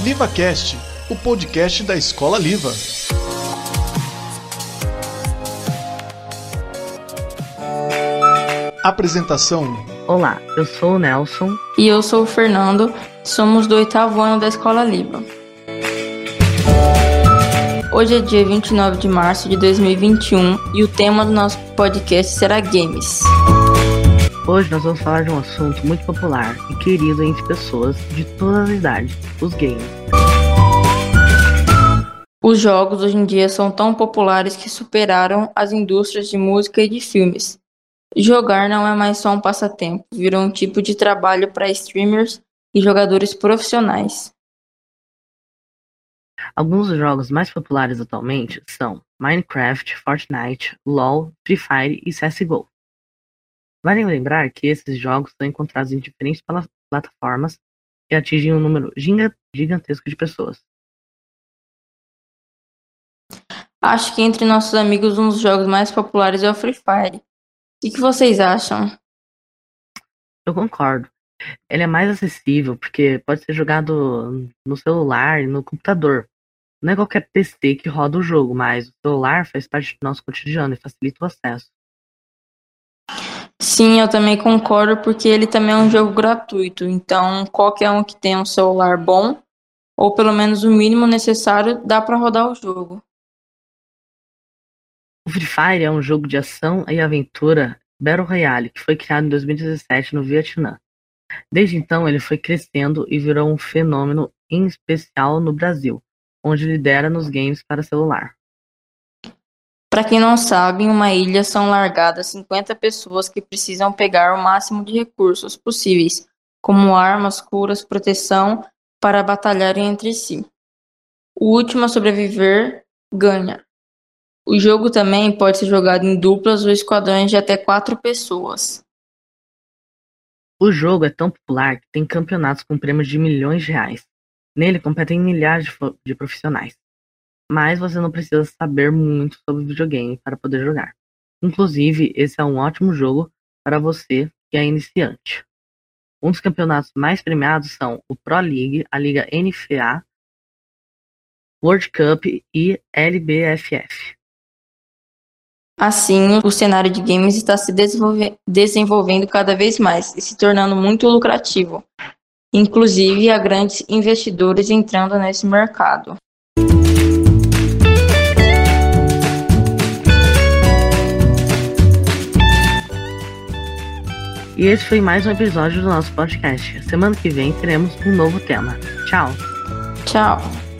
LivaCast, o podcast da Escola Liva. Apresentação. Olá, eu sou o Nelson. E eu sou o Fernando, somos do 8º ano da Escola Liva. Hoje é dia 29 de março de 2021 e o tema do nosso podcast será games. Hoje nós vamos falar de um assunto muito popular e querido entre pessoas de todas as idades, os games. Os jogos hoje em dia são tão populares que superaram as indústrias de música e de filmes. Jogar não é mais só um passatempo, virou um tipo de trabalho para streamers e jogadores profissionais. Alguns dos jogos mais populares atualmente são Minecraft, Fortnite, LoL, Free Fire e CSGO. Vale lembrar que esses jogos são encontrados em diferentes plataformas e atingem um número gigantesco de pessoas. Acho que entre nossos amigos um dos jogos mais populares é o Free Fire. O que vocês acham? Eu concordo. Ele é mais acessível porque pode ser jogado no celular e no computador. Não é qualquer PC que roda o jogo, mas o celular faz parte do nosso cotidiano e facilita o acesso. Sim, eu também concordo porque ele também é um jogo gratuito, então qualquer um que tenha um celular bom, ou pelo menos o mínimo necessário, dá para rodar o jogo. O Free Fire é um jogo de ação e aventura Battle Royale que foi criado em 2017 no Vietnã. Desde então ele foi crescendo e virou um fenômeno, em especial no Brasil, onde lidera nos games para celular. Para quem não sabe, em uma ilha são largadas 50 pessoas que precisam pegar o máximo de recursos possíveis, como armas, curas, proteção, para batalharem entre si. O último a sobreviver ganha. O jogo também pode ser jogado em duplas ou esquadrões de até 4 pessoas. O jogo é tão popular que tem campeonatos com prêmios de milhões de reais. Nele competem milhares de profissionais. Mas você não precisa saber muito sobre videogame para poder jogar. Inclusive, esse é um ótimo jogo para você que é iniciante. Um dos campeonatos mais premiados são o Pro League, a Liga NFA, World Cup e LBFF. Assim, o cenário de games está se desenvolvendo cada vez mais e se tornando muito lucrativo. Inclusive, há grandes investidores entrando nesse mercado. E esse foi mais um episódio do nosso podcast. Semana que vem teremos um novo tema. Tchau! Tchau!